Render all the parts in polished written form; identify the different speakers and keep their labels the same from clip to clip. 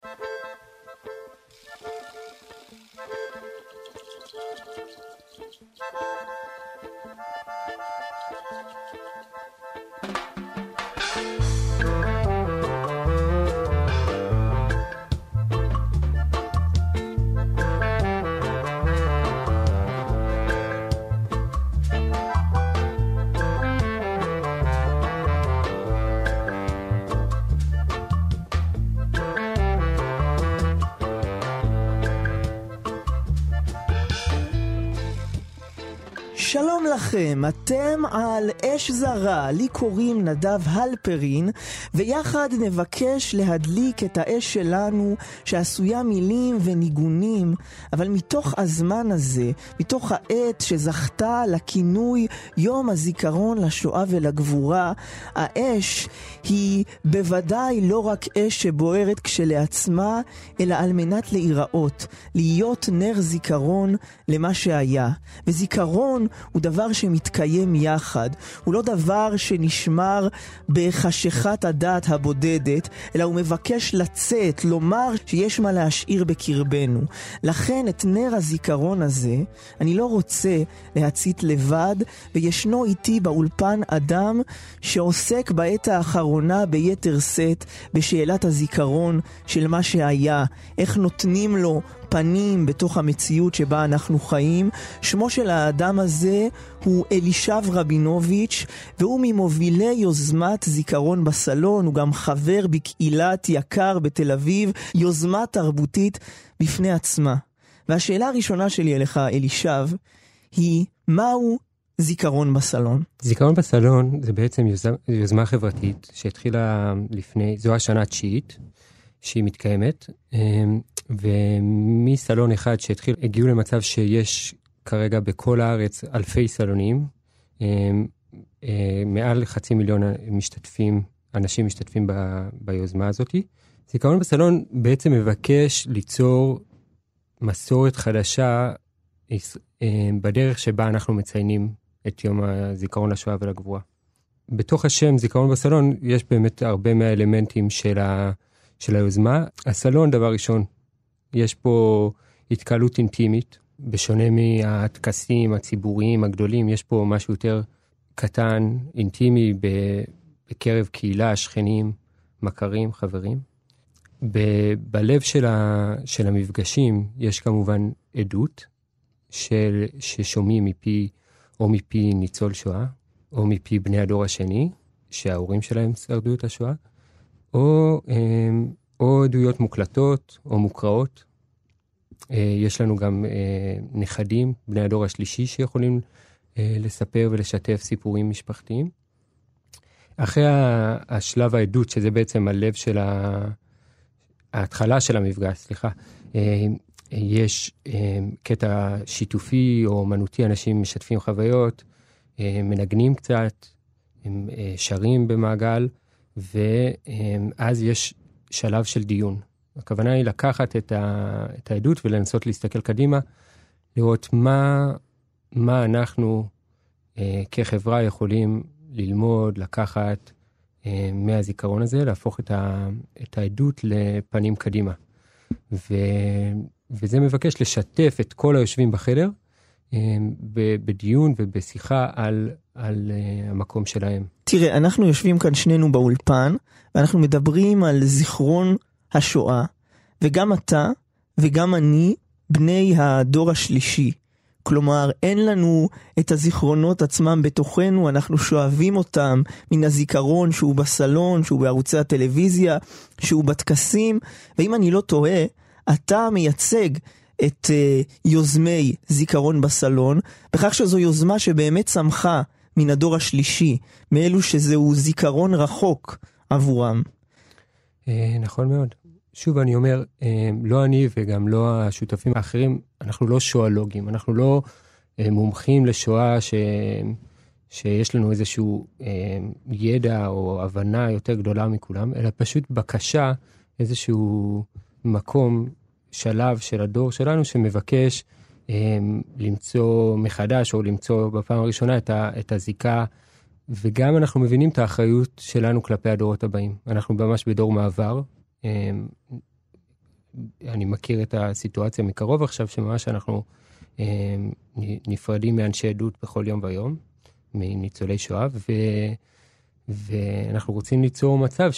Speaker 1: שלום לכם, אתם על אש זרה, לי קוראים נדב הלפרין, ויחד נבקש להדליק את האש שלנו שעשויה מילים וניגונים, אבל מתוך הזמן הזה, מתוך העת שזכתה לכינוי יום הזיכרון לשואה ולגבורה, האש היא בוודאי לא רק אש שבוערת כשלעצמה, אלא על מנת להיראות, להיות נר זיכרון למה שהיה. וזיכרון הוא דבר שמתקיים יחד, הוא לא דבר שנשמר בחשכת הדת הבודדת, אלא הוא מבקש לצאת, לומר שיש מה להשאיר בקרבנו. לכן את נר הזיכרון הזה אני לא רוצה להצית לבד, וישנו איתי באולפן אדם שעוסק בעת האחרונה ביתר שאת בשאלת הזיכרון של מה שהיה, איך נותנים לו פנים בתוך המציאות שבה אנחנו חיים. שמו של האדם הזה הוא אלישב רבינוביץ', והוא ממובילי יוזמת זיכרון בסלון, הוא גם חבר בקהילת יקר בתל אביב, יוזמה תרבותית בפני עצמה. והשאלה הראשונה שלי אליך, אלישב, היא מהו זיכרון בסלון?
Speaker 2: זיכרון בסלון זה בעצם יוזמה חברתית שהתחילה לפני, זו השנה התשיעית שהיא מתקיימת, ומסלון אחד שהתחיל, הגיעו למצב שיש כרגע בכל הארץ אלפי סלונים, מעל 500,000 אנשים משתתפים ביוזמה הזאת. זיכרון בסלון בעצם מבקש ליצור מסורת חדשה בדרך שבה אנחנו מציינים את יום הזיכרון לשואה ולגבורה. בתוך השם זיכרון בסלון יש באמת הרבה מהאלמנטים של היוזמה. הסלון, דבר ראשון, יש פה התקהלות אינטימית, בשונה מהטקסים הציבוריים הגדולים, יש פה משהו יותר קטן, אינטימי, בקרב קהילה, שכנים, מכרים, חברים. בלב של המפגשים יש כמובן עדות ששומעים מפי ניצול שואה, או מפי בני הדור השני, שההורים שלהם שרדו את השואה, או עדויות מוקלטות או מוקראות. יש לנו גם נכדים, בני הדור השלישי, שיכולים לספר ולשתף סיפורים משפחתיים. אחרי השלב העדות, שזה בעצם הלב של ההתחלה של המפגש, יש קטע שיתופי או אומנותי, אנשים משתפים חוויות, מנגנים קצת, שרים במעגל, ואז יש שלב של דיון. הכוונה היא לקחת את העדות ולנסות להסתכל קדימה, לראות מה אנחנו כחברה יכולים ללמוד, לקחת מהזיכרון הזה, להפוך את העדות לפנים קדימה. וזה מבקש לשתף את כל היושבים בחדר, בדיון ובשיחה על המקום שלהם.
Speaker 1: תראה, אנחנו יושבים כאן שנינו באולפן, ואנחנו מדברים על זיכרון השואה, וגם אתה וגם אני בני הדור השלישי. כלומר, אין לנו את הזיכרונות עצמם בתוכנו, אנחנו שואבים אותם מן הזיכרון שהוא בסלון, שהוא בערוצי הטלוויזיה, שהוא בטקסים, ואם אני לא טועה, אתה מייצג את יוזמי זיכרון בסלון, בכך שזו יוזמה שבאמת צמחה מן הדור השלישי, מאלו שזהו זיכרון רחוק עבורם.
Speaker 2: נכון מאוד. שוב אני אומר, לא אני וגם לא השותפים האחרים, אנחנו לא שואלוגים, אנחנו לא מומחים לשואה שיש לנו איזשהו ידע או הבנה יותר גדולה מכולם, אלא פשוט בקשה, איזשהו מקום, שלב של הדור שלנו שמבקש למצוא מחדש או למצוא בפעם הראשונה את הזיקה, וגם אנחנו מבינים את האחריות שלנו כלפי הדורות הבאים. אנחנו ממש בדור מעבר, אני מכיר את הסיטואציה מקרוב עכשיו, שממש אנחנו נפרדים מאנשי עדות בכל יום ויום, מניצולי שואה, ואנחנו רוצים ליצור מצב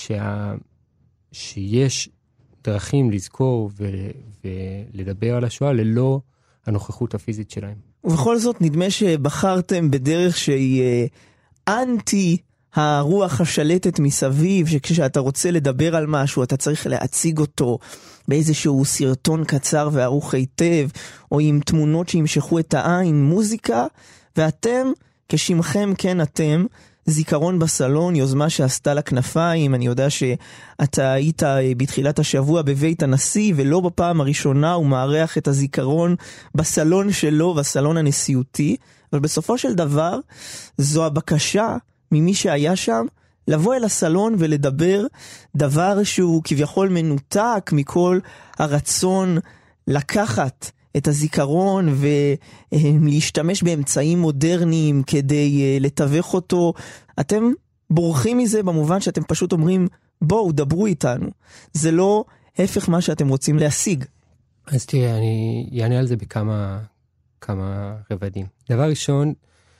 Speaker 2: שיש דרכים לזכור ולדבר על השואה ללא הנוכחות הפיזית שלהם.
Speaker 1: ובכל זאת נדמה שבחרתם בדרך שהיא אנטי הרוח השלטת מסביב, שכשאתה רוצה לדבר על משהו אתה צריך להציג אותו באיזשהו סרטון קצר וערוך היטב, או עם תמונות שימשכו את העין, מוזיקה, ואתם, כשמכם כן אתם, זיכרון בסלון, יוזמה שעשתה לה כנפיים. אני יודע שאתה היית בתחילת השבוע בבית הנשיא, ולא בפעם הראשונה הוא מארח את הזיכרון בסלון שלו, בסלון הנשיאותי, אבל בסופו של דבר זו הבקשה ממי שהיה שם, לבוא אל הסלון ולדבר דבר שהוא כביכול מנותק מכל הרצון לקחת את הזיכרון ולהשתמש באמצעים מודרניים כדי לתווך אותו. אתם בורחים מזה במובן שאתם פשוט אומרים, בואו, דברו איתנו. זה לא הפך מה שאתם רוצים להשיג.
Speaker 2: אז תראה, אני אענה על זה בכמה רבדים. דבר ראשון,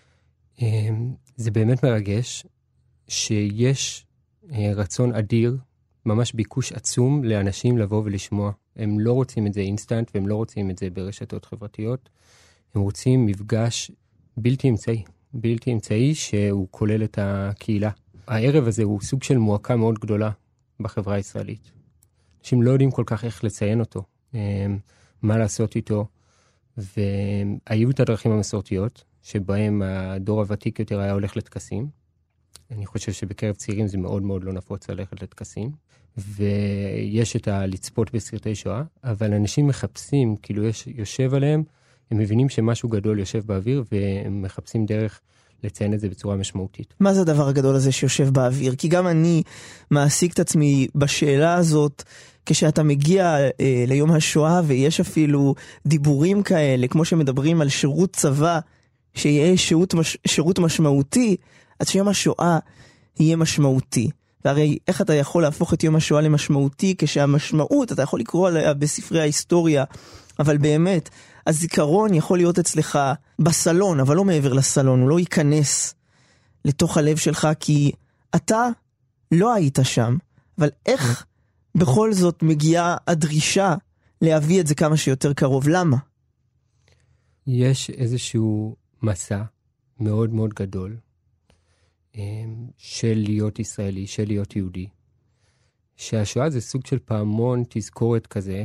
Speaker 2: זה באמת מרגש שיש רצון אדיר, ממש ביקוש עצום לאנשים לבוא ולשמוע. הם לא רוצים את זה אינסטנט, והם לא רוצים את זה ברשתות חברתיות. הם רוצים מפגש בלתי אמצעי שהוא כולל את הקהילה. הערב הזה הוא סוג של מועקה מאוד גדולה בחברה הישראלית. אנשים לא יודעים כל כך איך לציין אותו, מה לעשות איתו, והיו את הדרכים המסורתיות, שבהם הדור הוותיק יותר היה הולך לטקסים. אני חושב שבקרב צעירים זה מאוד מאוד לא נפוץ ללכת לטקסים, ויש את הלצפות בסרטי שואה, אבל אנשים מחפשים, כאילו יושב עליהם, הם מבינים שמשהו גדול יושב באוויר, והם מחפשים דרך לציין את זה בצורה משמעותית.
Speaker 1: מה זה הדבר הגדול הזה שיושב באוויר? כי גם אני מעסיק את עצמי בשאלה הזאת, כשאתה מגיע ליום השואה, ויש אפילו דיבורים כאלה, כמו שמדברים על שירות צבא, שיהיה שירות משמעותי, אז שיום השואה יהיה משמעותי. והרי איך אתה יכול להפוך את יום השואה למשמעותי, כשהמשמעות, אתה יכול לקרוא עליה בספרי ההיסטוריה, אבל באמת, הזיכרון יכול להיות אצלך בסלון, אבל לא מעבר לסלון, הוא לא ייכנס לתוך הלב שלך, כי אתה לא היית שם. אבל איך בכל זאת מגיעה הדרישה להביא את זה כמה שיותר קרוב? למה?
Speaker 2: יש איזשהו מסע מאוד מאוד גדול, של להיות ישראלי, של להיות יהודי, שהשואה זה סוג של פעמון תזכורת כזה,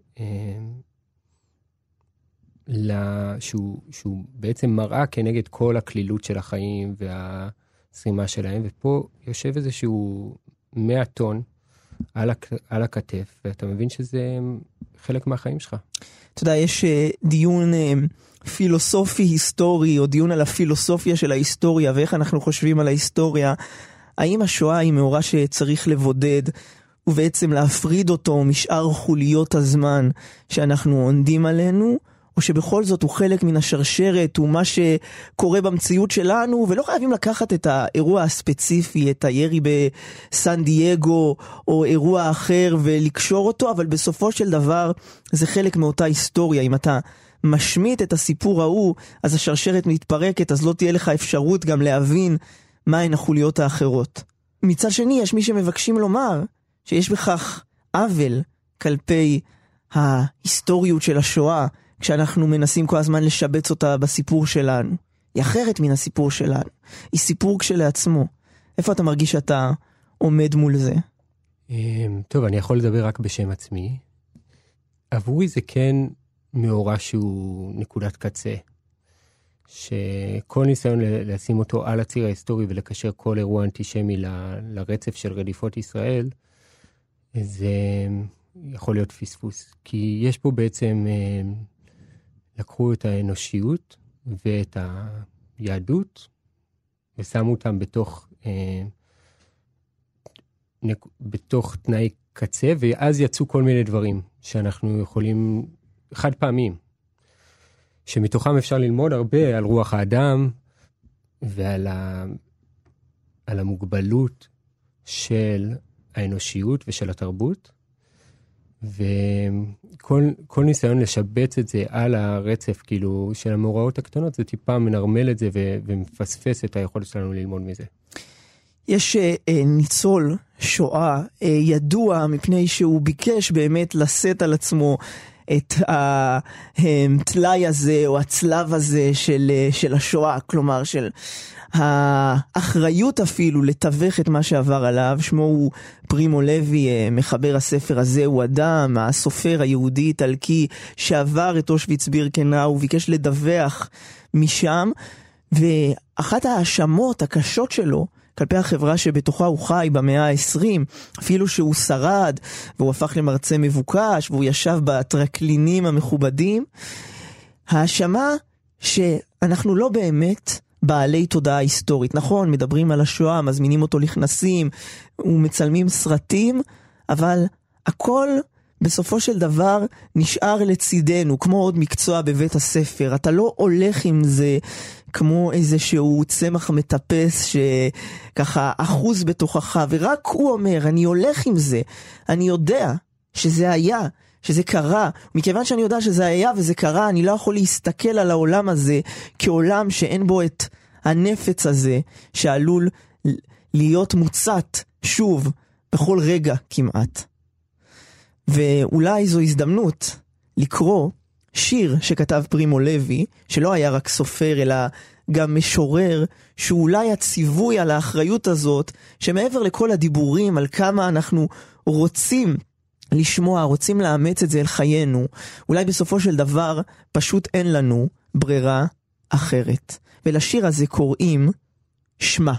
Speaker 2: שהוא בעצם מראה כנגד כל הכלילות של החיים והסרימה שלהם, ופה יושב איזשהו 100 טון על הכתף, ואתה מבין שזה חלק מהחיים שלך.
Speaker 1: אתה יודע, יש דיון פילוסופי היסטורי, או דיון על הפילוסופיה של ההיסטוריה, ואיך אנחנו חושבים על ההיסטוריה. האם השואה היא מאורע שצריך לבודד, ובעצם להפריד אותו משאר חוליות הזמן שאנחנו עונדים עלינו, או שבכל זאת הוא חלק מן השרשרת, הוא מה שקורה במציאות שלנו, ולא חייבים לקחת את האירוע הספציפי, את הירי בסן דייגו, או אירוע אחר, ולקשור אותו, אבל בסופו של דבר זה חלק מאותה היסטוריה. אם אתה משמיט את הסיפור ההוא, אז השרשרת מתפרקת, אז לא תהיה לך אפשרות גם להבין מהן החוליות האחרות. מצד שני, יש מי שמבקשים לומר שיש בכך עוול כלפי ההיסטוריות של השואה, כשאנחנו מנסים כל הזמן לשבץ אותה בסיפור שלנו. היא אחרת מן הסיפור שלנו. היא סיפור כשלעצמו. איפה אתה מרגיש שאתה עומד מול זה?
Speaker 2: טוב, אני יכול לדבר רק בשם עצמי. עבורי זה כן מאורע שהוא נקודת קצה. שכל ניסיון לשים אותו על הציר ההיסטורי ולקשר כל אירוע אנטישמי לרצף של רדיפות ישראל, זה יכול להיות פספוס. כי יש פה בעצם לקחו את האנושיות ואת היהדות ושמו אותם בתוך תנאי קצה, ואז יצאו כל מיני דברים שאנחנו יכולים, חד פעמים, שמתוכם אפשר ללמוד הרבה על רוח האדם ועל המוגבלות של האנושיות ושל התרבות, וכל ניסיון לשבץ את זה על הרצף, כאילו, של המאורעות הקטנות, זה טיפה מנרמל את זה ומפספס את היכולת שלנו ללמוד מזה. יש
Speaker 1: ניצול שואה ידוע מפני שהוא ביקש באמת לשאת על עצמו את התלי הזה או הצלב הזה של השואה, כלומר של האחריות אפילו לתווך את מה שעבר עליו. שמו הוא פרימו לוי, מחבר הספר הזה הוא אדם, הסופר היהודי איטלקי שעבר את אושוויץ בירקנאו, הוא ביקש לדווח משם, ואחת ההאשמות הקשות שלו כלפי החברה שבתוכה הוא חי במאה ה-20, אפילו שהוא שרד והוא הפך למרצה מבוקש והוא ישב בטרקלינים המכובדים, האשמה שאנחנו לא באמת בעלי תודעה היסטורית. נכון, מדברים על השואה, מזמינים אותו לכנסים ומצלמים סרטים, אבל הכל בסופו של דבר נשאר לצידנו, כמו עוד מקצוע בבית הספר. אתה לא הולך עם זה כמו איזשהו צמח מטפס שככה אחוז בתוכך, ורק הוא אומר, אני הולך עם זה, אני יודע שזה היה, שזה קרה. מכיוון שאני יודע שזה היה וזה קרה, אני לא יכול להסתכל על העולם הזה כעולם שאין בו את הנפץ הזה, שעלול להיות מוצת שוב בכל רגע כמעט. ואולי זו הזדמנות לקרוא שיר שכתב פרימו לוי, שלא היה רק סופר אלא גם משורר, שאולי הציווי על האחריות הזאת, שמעבר לכל הדיבורים על כמה אנחנו רוצים לשמוע, רוצים לאמץ את זה אל חיינו, אולי בסופו של דבר פשוט אין לנו ברירה אחרת. ולשיר הזה קוראים שמה.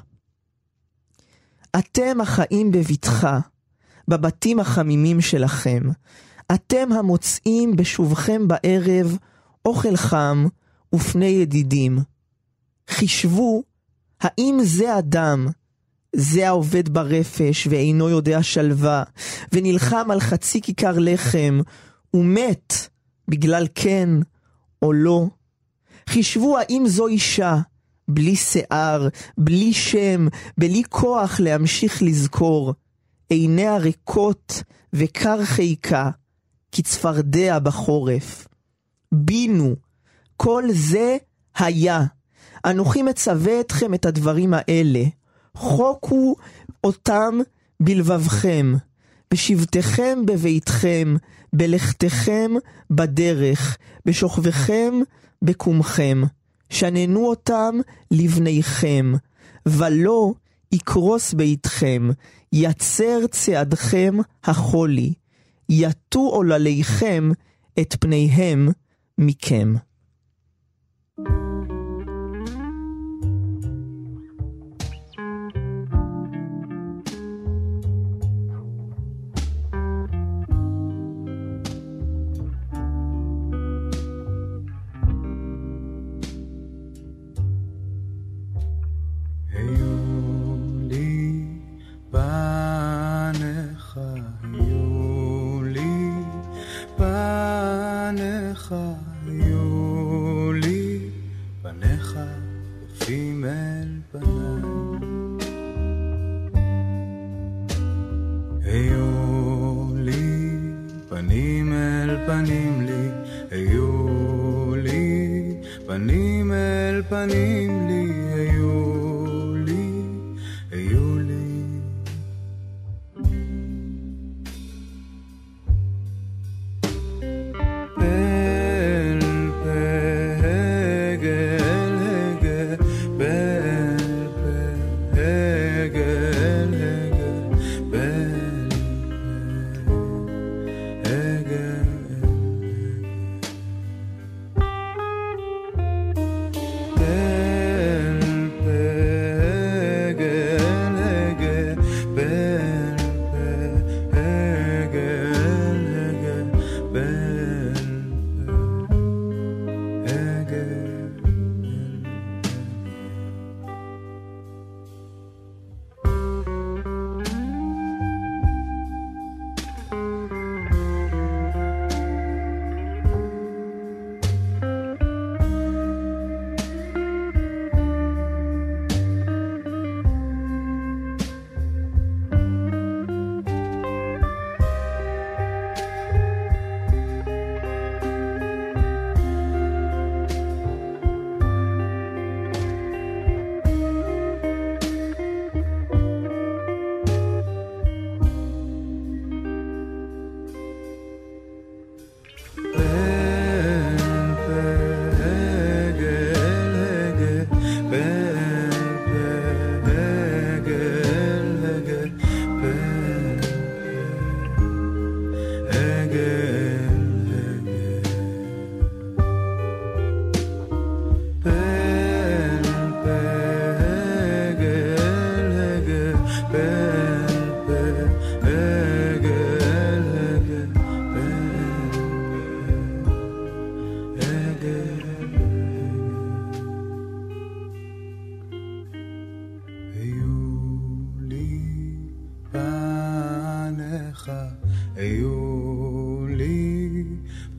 Speaker 1: אתם החיים בביטחה, בבתים החמימים שלכם, אתם המוצאים בשובכם בערב אוכל חם ופני ידידים. חישבו, האם זה אדם, זה העובד ברפש ואינו יודע שלווה, ונלחם על חצי כיכר לחם, ומת בגלל כן או לא. חישבו האם זו אישה, בלי שיער, בלי שם, בלי כוח להמשיך לזכור, עיניה ריקות וקר חיקה, כצפרדע בחורף. בינו, כל זה היה. אנוכי מצווה אתכם את הדברים האלה. חוקו אותם בלבבכם, בשבתכם בביתכם, בלכתכם בדרך, בשוכבכם בקומכם. שננו אותם לבניכם, ולא יקרוס ביתכם, יצר צעדכם החולי, יטו עולליכם את פניהם מכם.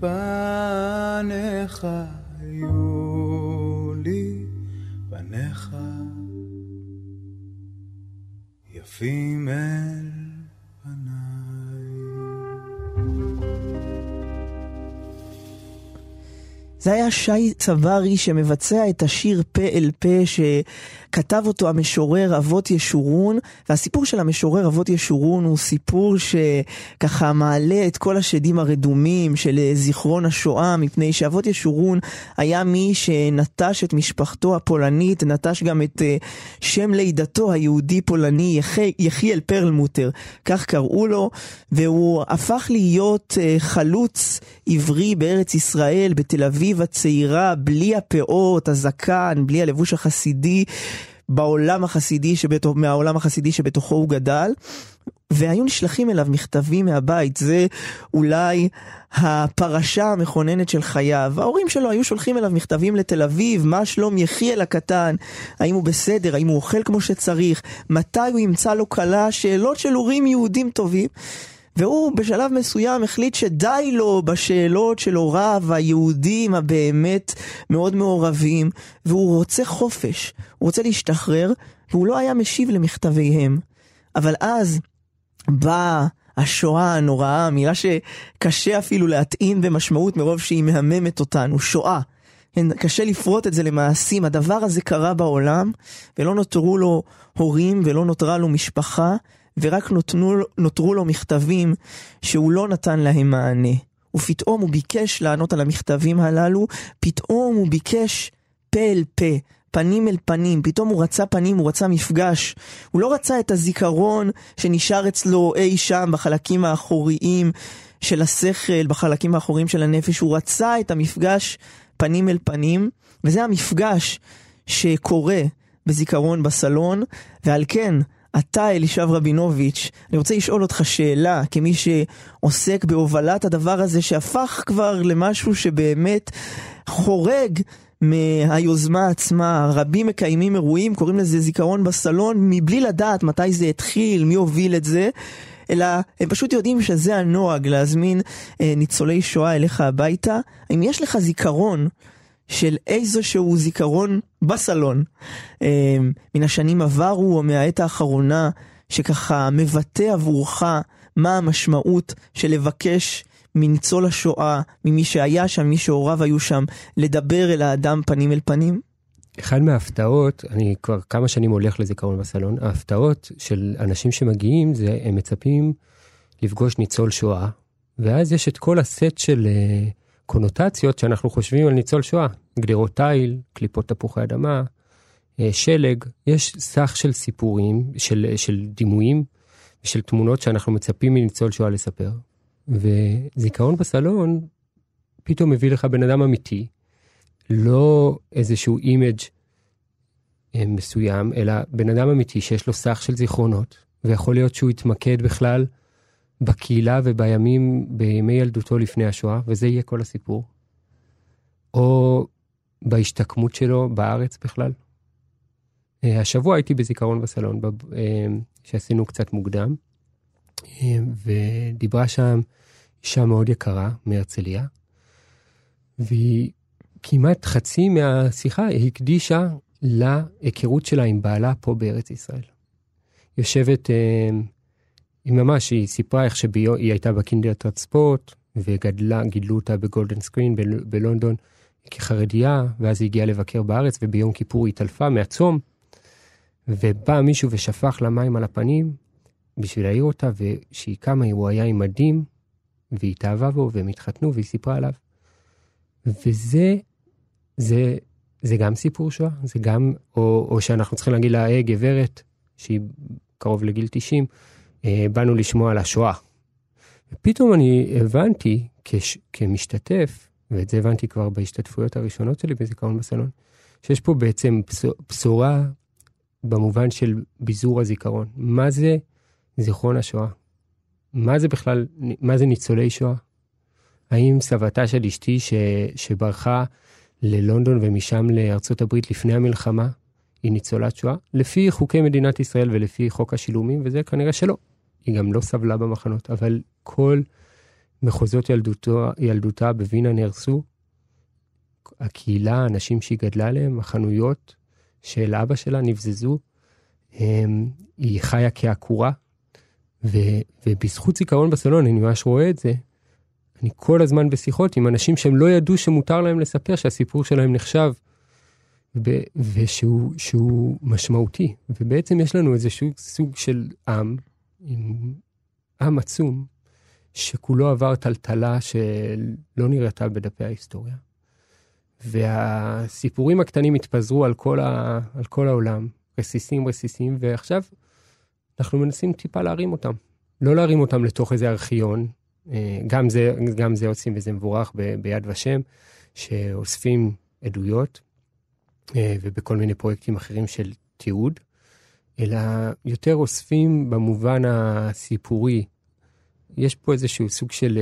Speaker 3: פניך היו לי, פניך יפים אל פניי.
Speaker 1: זה היה שי צברי שמבצע את השיר פה אל פה שכתב אותו המשורר אבות ישורון, והסיפור של המשורר אבות ישורון הוא סיפור שככה מעלה את כל השדים הרדומים של זיכרון השואה, מפני שאבות ישורון היה מי שנטש את משפחתו הפולנית, נטש גם את שם לידתו היהודי פולני, יחיאל פרלמוטר, כך קראו לו, והוא הפך להיות חלוץ עברי בארץ ישראל, בתל אביב הצעירה, בלי הפאות, הזקן, בלי הלבוש החסידי, מהעולם החסידי שבתוכו הוא גדל, והיו נשלחים אליו מכתבים מהבית. זה אולי הפרשה המכוננת של חייו. ההורים שלו היו שולחים אליו מכתבים לתל אביב, מה שלום יחיאל הקטן, האם הוא בסדר, האם הוא אוכל כמו שצריך, מתי הוא ימצא לו קלה, שאלות של הורים יהודים טובים. והוא בשלב מסוים החליט שדי לו בשאלות של הוריו היהודים הבאמת מאוד מעורבים, והוא רוצה חופש, הוא רוצה להשתחרר, והוא לא היה משיב למכתביהם. אבל אז באה השואה הנוראה, מילה שקשה אפילו להטעין במשמעות מרוב שהיא מהממת אותנו, שואה. קשה לפרוט את זה למעשים. הדבר הזה קרה בעולם, ולא נותרו לו הורים ולא נותרה לו משפחה, ורק נותרו לו מכתבים שהוא לא נתן להם מענה. ופתאום הוא ביקש לענות על המכתבים הללו, פתאום הוא ביקש פה אל פה, פנים אל פנים, פתאום הוא רצה פנים, הוא רצה מפגש. הוא לא רצה את הזיכרון שנשאר אצלו אי שם בחלקים האחוריים של השכל, בחלקים האחוריים של הנפש, הוא רצה את המפגש פנים אל פנים, וזה המפגש שקורה בזיכרון בסלון, ועל כן, אתה אלישב רבינוביץ', אני רוצה לשאול אותך שאלה, כמי שעוסק בהובלת הדבר הזה, שהפך כבר למשהו שבאמת חורג מהיוזמה עצמה. רבים מקיימים אירועים, קוראים לזה זיכרון בסלון, מבלי לדעת מתי זה התחיל, מי הוביל את זה, אלא הם פשוט יודעים שזה הנוהג, להזמין ניצולי שואה אליך הביתה. אם יש לך זיכרון של איזשהו זיכרון בסלון, מן השנים עברו או מהעת האחרונה, שככה מבטא עבורך מה המשמעות של לבקש מניצול השואה, ממי שהיה שם, מי שהוריו היו שם, לדבר אל האדם פנים אל פנים?
Speaker 2: אחד מההפתעות, אני כבר כמה שנים הולך לזיכרון בסלון, ההפתעות של אנשים שמגיעים, זה הם מצפים לפגוש ניצול שואה, ואז יש את כל הסט של קונוטציות שאנחנו חושבים על ניצול שואה, גדרות תיל, קליפות תפוחי אדמה, שלג, יש סך של סיפורים, של דימויים, ושל תמונות שאנחנו מצפים מניצול שואה לספר. וזיכרון בסלון פתאום מביא לך בן אדם אמיתי, לא איזשהו אימג' מסוים, אלא בן אדם אמיתי שיש לו סך של זיכרונות, ויכול להיות שהוא יתמקד בכלל בקהילה בימי ילדותו לפני השואה, וזה יהיה כל הסיפור. או בהשתקמות שלו בארץ בכלל. השבוע הייתי בזיכרון בסלון, שעשינו קצת מוקדם, ודיברה שם אישה מאוד יקרה מהרצליה, והיא כמעט חצי מהשיחה הקדישה להיכרות שלה עם בעלה פה בארץ ישראל. יושבת, היא ממש, היא סיפרה איך שהיא הייתה בקינדרטרד ספורט, וגידלו אותה בגולדן סקרין בלונדון כחרדיה, ואז היא הגיעה לבקר בארץ, וביום כיפור היא התעלפה מהצום, ובא מישהו ושפך לה מים על הפנים, בשביל להעיר אותה, ושהיא קמה, הוא היה עם מדים, והיא התאהבה בו, והם התחתנו, והיא סיפרה עליו. וזה, זה גם סיפור שואה, זה גם, או שאנחנו צריכים להגיד לה, גברת, שהיא קרוב לגיל 90, באנו לשמוע על השואה. ופתאום אני הבנתי, כמשתתף, ואת זה הבנתי כבר בהשתתפויות הראשונות שלי בזיכרון בסלון, שיש פה בעצם בשורה במובן של ביזור הזיכרון. מה זה זיכרון השואה? מה זה בכלל, מה זה ניצולי שואה? האם סבתה של אשתי שברחה ללונדון ומשם לארצות הברית לפני המלחמה, היא ניצולת שואה? לפי חוקי מדינת ישראל ולפי חוק השילומים, וזה כנראה שלא. היא גם לא סבלה במחנות, אבל כל מחוזות ילדותה בווינה נהרסו, הקהילה, האנשים שהיא גדלה להם, החנויות של אבא שלה נבזזו, היא חיה כעקורה, ובזכות זיכרון בסלון, אני ממש רואה את זה, אני כל הזמן בשיחות עם אנשים שהם לא ידעו שמותר להם לספר, שהסיפור שלהם נחשב, ושהוא משמעותי. ובעצם יש לנו איזה סוג של עם עצום, שכולו עבר טלטלה שלא נראתה בדפי ההיסטוריה. והסיפורים הקטנים התפזרו על כל העולם, רסיסים, ועכשיו אנחנו מנסים טיפה להרים אותם. לא להרים אותם לתוך איזה ארכיון, גם זה עושים וזה מבורך ביד ושם, שאוספים עדויות, ובכל מיני פרויקטים אחרים של תיעוד, אלא יותר אוספים במובן הסיפורי. יש פה איזשהו סוג של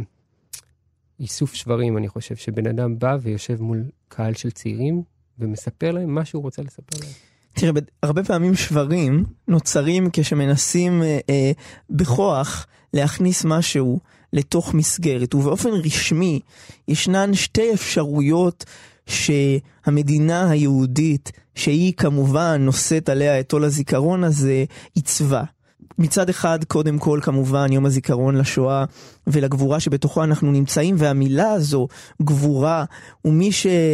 Speaker 2: איסוף שברים, אני חושב, שבן אדם בא ויושב מול קהל של צעירים, ומספר להם מה שהוא רוצה לספר להם.
Speaker 1: תראה, הרבה פעמים שברים נוצרים כשמנסים בכוח להכניס משהו לתוך מסגרת, ובאופן רשמי ישנן שתי אפשרויות שהמדינה היהודית, שהיא כמובן נושאת עליה את עול הזיכרון הזה, עיצבה. מצד אחד, קודם כל, כמובן, יום הזיכרון לשואה ולגבורה שבתוכו אנחנו נמצאים, והמילה הזו, גבורה, ומי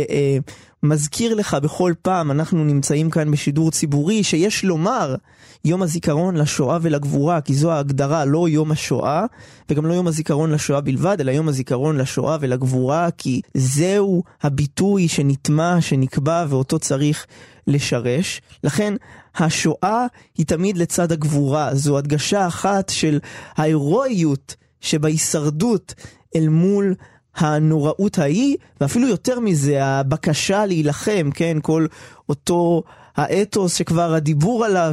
Speaker 1: שמזכיר לך בכל פעם, אנחנו נמצאים כאן בשידור ציבורי, שיש לומר יום הזיכרון לשואה ולגבורה, כי זו ההגדרה, לא יום השואה, וגם לא יום הזיכרון לשואה בלבד, אלא יום הזיכרון לשואה ולגבורה, כי זהו הביטוי שנטמע, שנקבע, ואותו צריך לשרש. לכן, השואה היא תמיד לצד הגבורה. זו הדגשה אחת של ההירואיות שבהישרדות אל מול הנוראות ההיא, ואפילו יותר מזה, הבקשה להילחם, כן, כל אותו האתוס שכבר הדיבור עליו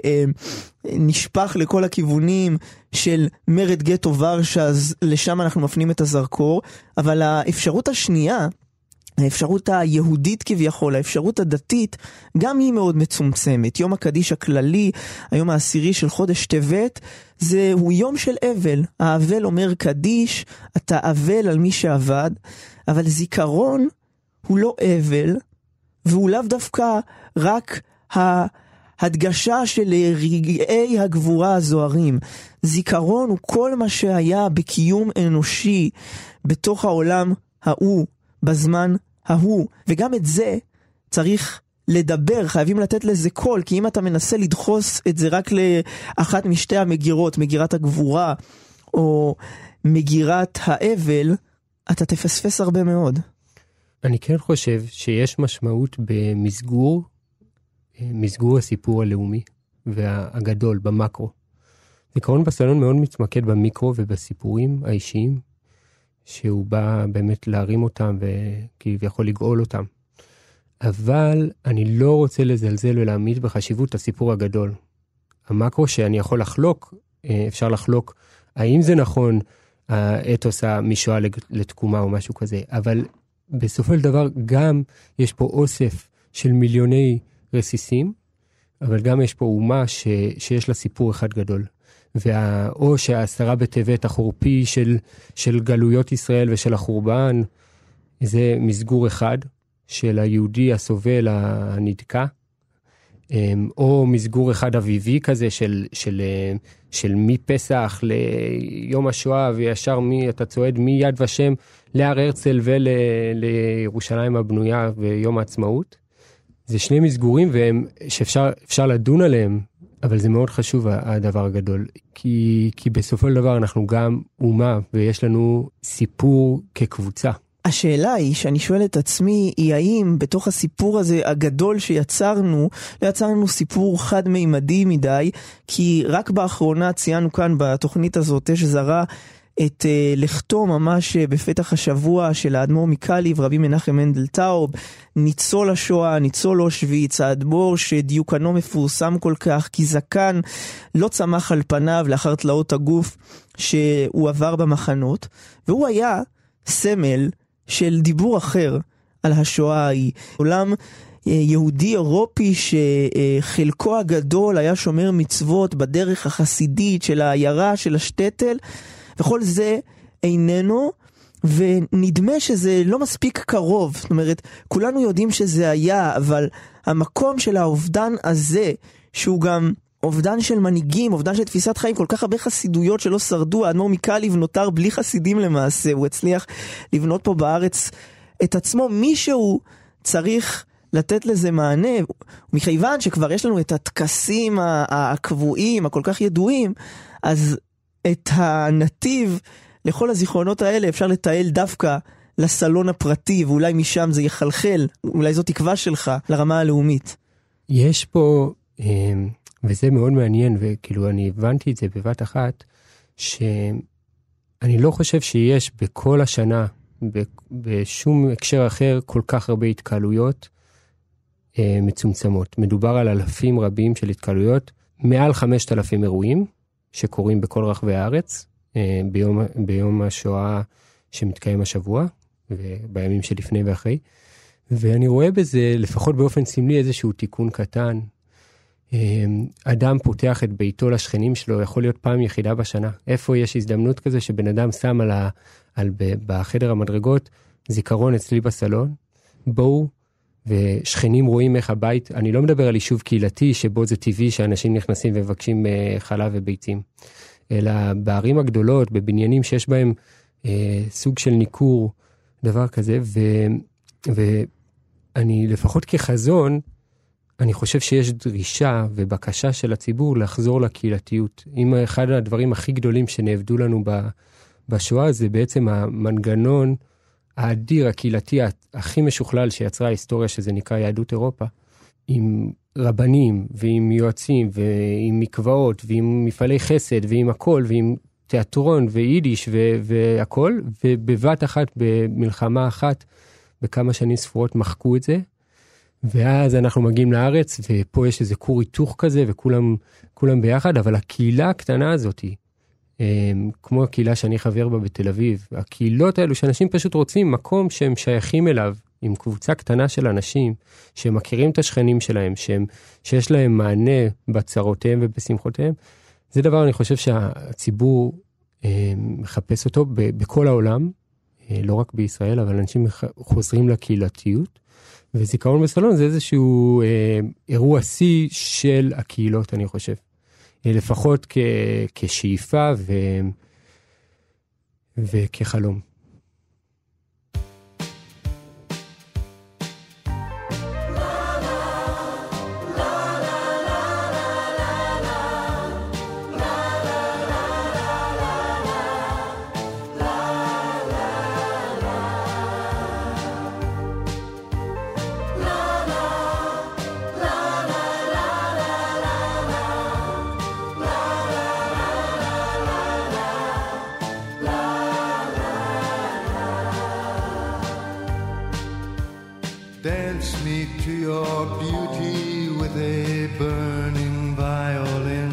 Speaker 1: נשפך לכל הכיוונים של מרד גטו ורשה, אז לשם אנחנו מפנים את הזרקור. אבל האפשרות השנייה, האפשרות היהודית כביכול, האפשרות הדתית, גם היא מאוד מצומצמת. יום הקדיש הכללי, היום העשירי של חודש טבת, זהו יום של אבל. האבל אומר קדיש, אתה אבל על מי שעבד, אבל זיכרון הוא לא אבל, והוא לאו דווקא רק ההדגשה של רגעי הגבורה הזוהרים. זיכרון הוא כל מה שהיה בקיום אנושי, בתוך העולם ההוא, בזמן ההוא, וגם את זה צריך לדבר, חייבים לתת לזה קול, כי אם אתה מנסה לדחוס את זה רק לאחת משתי המגירות, מגירת הגבורה או מגירת האבל, אתה תפספס הרבה מאוד.
Speaker 2: אני כן חושב שיש משמעות במסגור הסיפור הלאומי והגדול, במקרו. זיכרון בסלון מאוד מתמקד במיקרו ובסיפורים האישיים, שהוא בא באמת להרים אותם וכביכול לגאול אותם. אבל אני לא רוצה לזלזל ולהעמיד בחשיבות הסיפור הגדול. המקרו שאני יכול לחלוק, אפשר לחלוק, האם זה נכון האתוס משואה לתקומה או משהו כזה, אבל בסופו של דבר גם יש פה אוסף של מיליוני רסיסים, אבל גם יש פה אומה שיש לה סיפור אחד גדול. או שהעשרה בטבת החורפי של גלויות ישראל ושל החורבן, זה מסגור אחד של היהודי הסובל הנדקה, או מסגור אחד אביבי כזה של מפסח ליום השואה, וישר אתה צועד מיד ושם להר הרצל ולירושלים הבנויה ויום העצמאות. זה שני מסגורים שאפשר לדון עליהם, אבל זה מאוד חשוב הדבר הגדול, כי בסופו של דבר אנחנו גם אומה, ויש לנו סיפור כקבוצה.
Speaker 1: השאלה היא, שאני שואל את עצמי, היא האם בתוך הסיפור הזה הגדול שיצרנו, לא יצרנו סיפור חד-מימדי מדי, כי רק באחרונה ציינו כאן בתוכנית הזאת, שזרה את לכתו ממש בפתח השבוע של האדמו"ר מקליב, רבי מנחם מנדל טאוב, ניצול השואה, ניצול אושוויץ, האדמו"ר שדיוקנו מפורסם כל כך, כי זקן לא צמח על פניו לאחר תלאות הגוף שהוא עבר במחנות, והוא היה סמל של דיבור אחר על השואה ההיא. עולם יהודי אירופי שחלקו הגדול היה שומר מצוות בדרך החסידית של העיירה, של השטטל, וכל זה איננו, ונדמה שזה לא מספיק קרוב. זאת אומרת, כולנו יודעים שזה היה, אבל המקום של האובדן הזה, שהוא גם אובדן של מנהיגים, אובדן של תפיסת חיים, כל כך הרבה חסידויות שלא שרדו, האדמו"ר מקאליב נותר בלי חסידים למעשה, הוא הצליח לבנות פה בארץ את עצמו, מישהו צריך לתת לזה מענה, מכיוון שכבר יש לנו את הטקסים הקבועים, הכל כך ידועים, אז את הנתיב לכל הזיכרונות האלה אפשר לטייל דווקא לסלון הפרטי, ואולי משם זה יחלחל, אולי זו תקווה שלך לרמה הלאומית.
Speaker 2: יש פה, וזה מאוד מעניין, וכאילו אני הבנתי את זה בבת אחת, שאני לא חושב שיש בכל השנה, בשום הקשר אחר, כל כך הרבה התקהלויות מצומצמות. מדובר על אלפים רבים של התקהלויות, מעל 5,000 אירועים שקורים בכל רחבי הארץ, ביום השואה שמתקיים השבוע, ובימים שלפני ואחרי. ואני רואה בזה, לפחות באופן סמלי, איזשהו תיקון קטן. אדם פותח את ביתו לשכנים שלו, יכול להיות פעם יחידה בשנה. איפה יש הזדמנות כזה שבן אדם שם בחדר המדרגות, זיכרון אצלי בסלון, בואו, ושכנים רואים איך הבית, אני לא מדבר על יישוב קהילתי, שבו זה טבעי שאנשים נכנסים ומבקשים חלב וביצים, אלא בערים הגדולות, בבניינים שיש בהם סוג של ניכור, דבר כזה, ואני לפחות כחזון, אני חושב שיש דרישה ובקשה של הציבור לחזור לקהילתיות. אם אחד הדברים הכי גדולים שנעבדו לנו בשואה, זה בעצם המנגנון האדיר, הקהילתי הכי משוכלל שיצרה ההיסטוריה, שזה נקרא יהדות אירופה, עם רבנים ועם יועצים ועם מקוואות ועם מפעלי חסד ועם הכל ועם תיאטרון ויידיש והכל, ובבת אחת במלחמה אחת, בכמה שנים ספורות מחקו את זה, ואז אנחנו מגיעים לארץ, ופה יש איזה כור היתוך כזה, וכולם ביחד, אבל הקהילה הקטנה הזאת, כמו הקהילה שאני חבר בה בתל אביב, הקהילות האלו שאנשים פשוט רוצים מקום שהם שייכים אליו, עם קבוצה קטנה של אנשים, שמכירים את השכנים שלהם, שיש להם מענה בצרותיהם ובשמחותיהם, זה דבר אני חושב שהציבור מחפש אותו בכל העולם, לא רק בישראל, אבל אנשים חוזרים לקהילתיות, וזיכרון בסלון זה איזשהו אירוע שיא של הקהילות, אני חושב. לפחות כשאיפה וכחלום.
Speaker 3: Dance me to your beauty with a burning violin.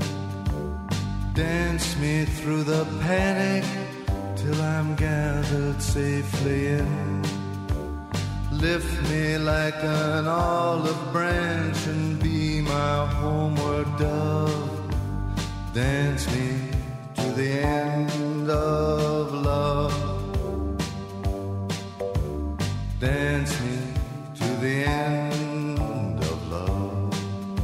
Speaker 3: Dance me through the panic till I'm gathered safely in. Lift me like an olive branch and be my homeward dove. Dance me to the end of love. Dance me to the end of love.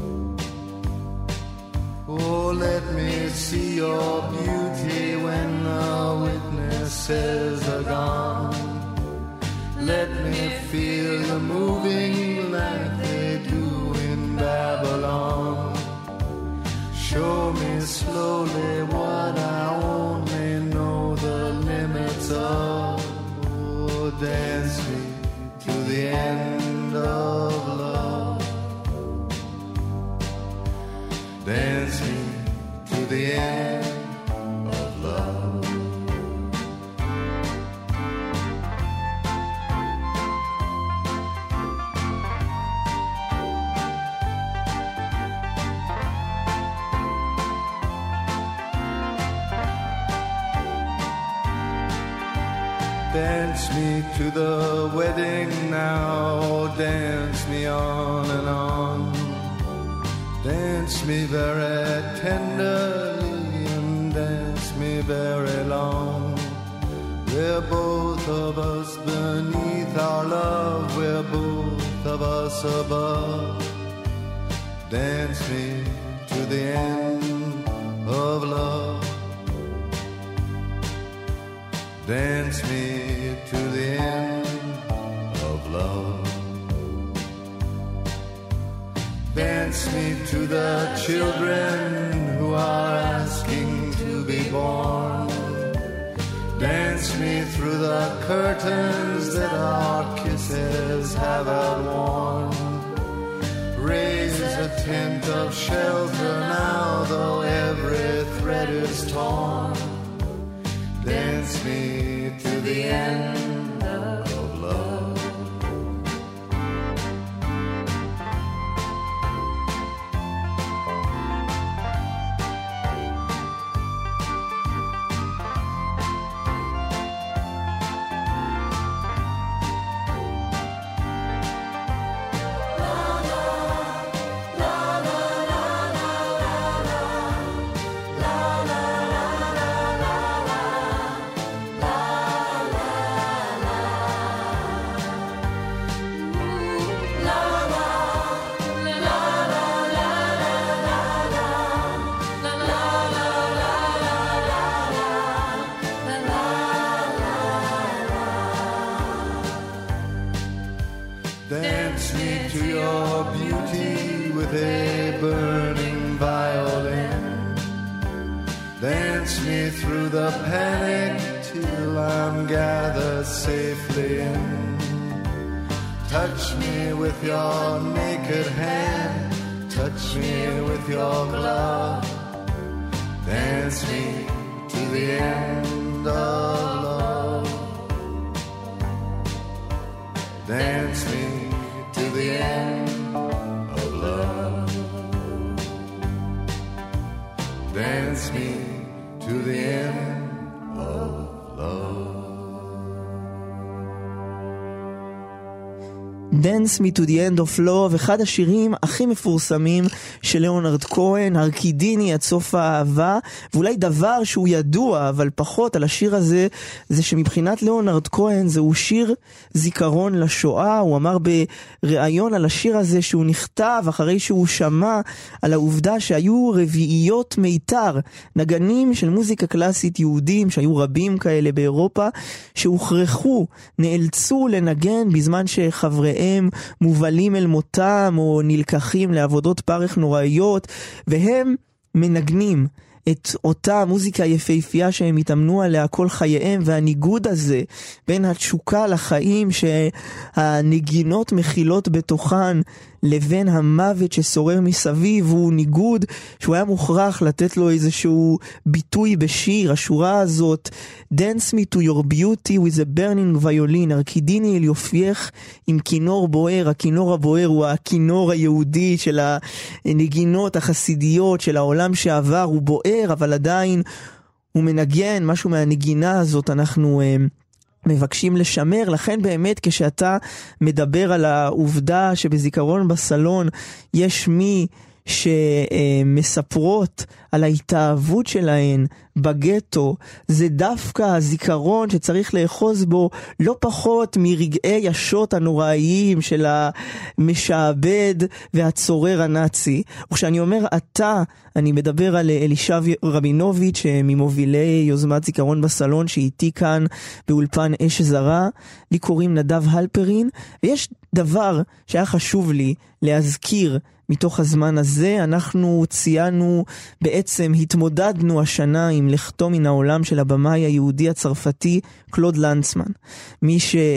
Speaker 3: Oh, let me see your beauty when the witnesses are gone. Let me feel you moving like they do in Babylon. Show me slowly what I only know the limits of. Oh, dance me to the end of love. Dance me to the end of love. Dance me to the wedding now, dance me on and on. Dance me very tenderly and dance me very long. We're both of us beneath our love, we're both of us above. Dance me to the end of love. Dance me to the end of love. Dance me to the children who are asking to be born. Dance me through the curtains that our kisses have outworn. Raise a tent of shelter now, though every thread is torn. Dance me to the end of love. Dance me to your beauty with a burning violin. Dance me through the panic till I'm gathered safely in. Touch me with your naked hand, touch me with your glove. Dance me to the end of love. Dance me to the end of love. Dance me to the end of love.
Speaker 1: Dance Me to the End of Love, אחד השירים הכי מפורסמים של ליאונרד כהן, הרקידיני עד סוף האהבה, ואולי דבר שהוא ידוע אבל פחות על השיר הזה, זה שמבחינת ליאונרד כהן זהו שיר זיכרון לשואה. הוא אמר בראיון על השיר הזה שהוא נכתב אחרי שהוא שמע על העובדה שהיו רביעיות מיתר, נגנים של מוזיקה קלאסית יהודים, שהיו רבים כאלה באירופה, שהוכרחו, נאלצו לנגן בזמן שחבריהם מובלים אל מותם או נלקחים לעבודות פרך נוראיות, והם מנגנים את אותה מוזיקה יפהפייה שהם התאמנו עליה כל חייהם, והניגוד הזה בין התשוקה לחיים שהנגינות מכילות בתוכן לבין המוות ששורר מסביב, הוא ניגוד שהוא היה מוכרח לתת לו איזשהו ביטוי בשיר. השורה הזאת, Dance me to your beauty with a burning violin, הרקידיני אל יופייך עם כינור בוער. הכינור הבוער הוא הכינור היהודי של הנגינות החסידיות של העולם שעבר, הוא בוער אבל עדיין הוא מנגן משהו מהנגינה הזאת. אנחנו מבקשים לשמר. לכן באמת כשאתה מדבר על העובדה שבזיכרון בסלון יש מי שמספרות על ההתאהבות שלהן בגטו, זה דווקא הזיכרון שצריך לאחוז בו לא פחות מרגעי השוט הנוראיים של המשעבד והצורר הנאצי. וכשאני אומר אתה, אני מדבר על אלישב רבינוביץ' ממובילי יוזמת זיכרון בסלון שאיתי כאן באולפן אש זרה. לי קוראים נדב הלפרין, ויש דבר שהיה חשוב לי להזכיר מתוך הזמן הזה. אנחנו ציינו, בעצם התמודדנו השנה עם לכתו מן העולם של הבמאי היהודי הצרפתי קלוד לנצמן, מי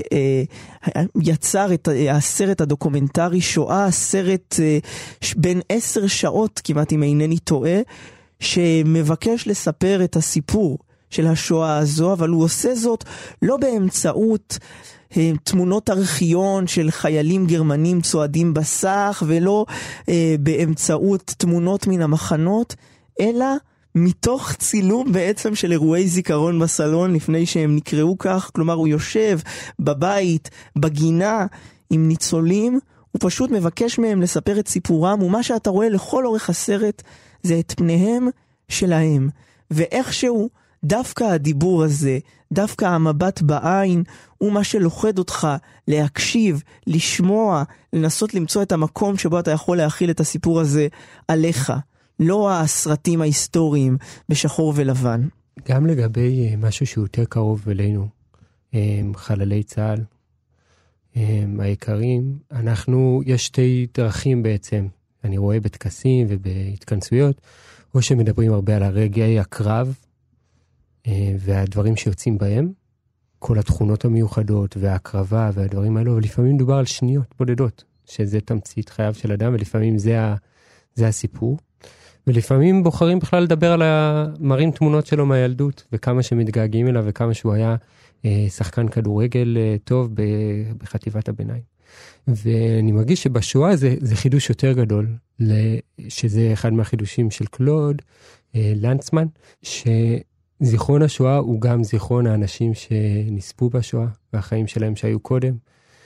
Speaker 1: שיצר את הסרט הדוקומנטרי שואה, סרט בין 10 שעות כמעט אם אינני טועה, שמבקש לספר את הסיפור של השואה הזו, אבל הוא עושה זאת לא באמצעות תמונות ארכיון של חיילים גרמנים צועדים בסך, ולא באמצעות תמונות מן המחנות, אלא מתוך צילום בעצם של אירועי זיכרון בסלון לפני שהם נקראו כך. כלומר הוא יושב בבית, בגינה עם ניצולים, הוא פשוט מבקש מהם לספר את סיפורם, ומה שאתה רואה לכל אורך הסרט זה את פניהם שלהם, ואיכשהו דווקא הדיבור הזה, דווקא המבט בעין הוא מה שלוחד אותך להקשיב, לשמוע, לנסות למצוא את המקום שבו אתה יכול להכיל את הסיפור הזה עליך. לא הסרטים ההיסטוריים בשחור ולבן.
Speaker 2: גם לגבי משהו שהוא יותר קרוב אלינו, חללי צה"ל, היקרים, יש שתי דרכים בעצם, אני רואה בטקסים ובהתכנסויות, או שמדברים הרבה על הרגעי הקרב, והדברים שיוצאים בהם, כל התכונות המיוחדות וההקרבה והדברים האלו, ולפעמים מדובר על שניות בודדות, שזה תמצית חייו של אדם, ולפעמים זה הסיפור. ולפעמים בוחרים בכלל לדבר על מראים תמונות שלו מהילדות, וכמה שמתגעגעים אליו, וכמה שהוא היה שחקן כדורגל טוב בחטיבת הביניים. ואני מרגיש שבשואה זה חידוש יותר גדול, שזה אחד מהחידושים של קלוד לנצמן, שזיכרון השואה הוא גם זיכרון האנשים שנספו בשואה, והחיים שלהם שהיו קודם,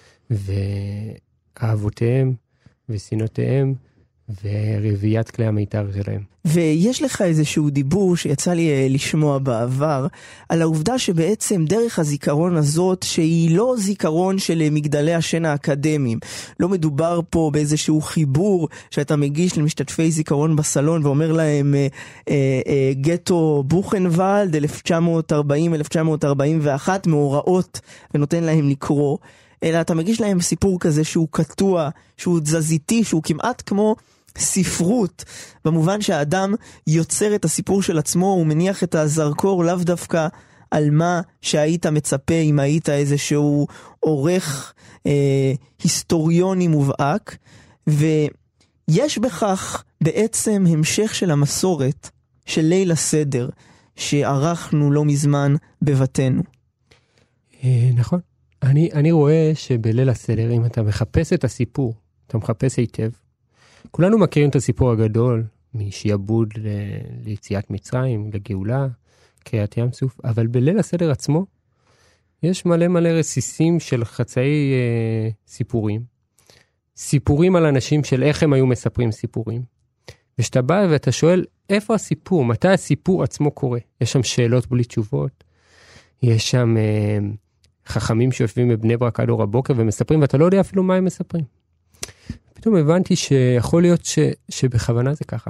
Speaker 2: ואהבותיהם ושנאותיהם, ורביית כלי המיתר שלהם.
Speaker 1: ויש לך איזשהו דיבור שיצא לי לשמוע בעבר, על העובדה שבעצם דרך הזיכרון הזאת, שהיא לא זיכרון של מגדלי השן האקדמיים, לא מדובר פה באיזשהו חיבור שאתה מגיש למשתתפי זיכרון בסלון ואומר להם גטו בוכנוולד 1940-1941 מאורעות ונותן להם לקרוא, אלא אתה מגיש להם סיפור כזה שהוא קטוע, שהוא תזזיתי, שהוא כמעט כמו ספרות, במובן שהאדם יוצר את הסיפור של עצמו, הוא מניח את הזרקור לאו דווקא על מה שהיית מצפה אם היית איזשהו עורך היסטוריוני מובהק, ויש בכך בעצם המשך של המסורת של ליל הסדר שערכנו לא מזמן בבתנו.
Speaker 2: נכון. אני רואה שבליל הסדר, אם אתה מחפש את הסיפור, אתה מחפש היטב, כולנו מכירים את הסיפור הגדול, משעבוד ליציאת מצרים, לגאולה, קריעת ים סוף, אבל בליל הסדר עצמו, יש מלא רסיסים של חצאי סיפורים. סיפורים על אנשים של איך הם היו מספרים סיפורים. ושאתה בא ואתה שואל, איפה הסיפור? מתי הסיפור עצמו קורה? יש שם שאלות בלי תשובות, יש שם חכמים שיושבים בבני ברק עד אור הבוקר ומספרים, ואתה לא יודע אפילו מה הם מספרים. פתאום הבנתי שיכול להיות שבכוונה זה ככה,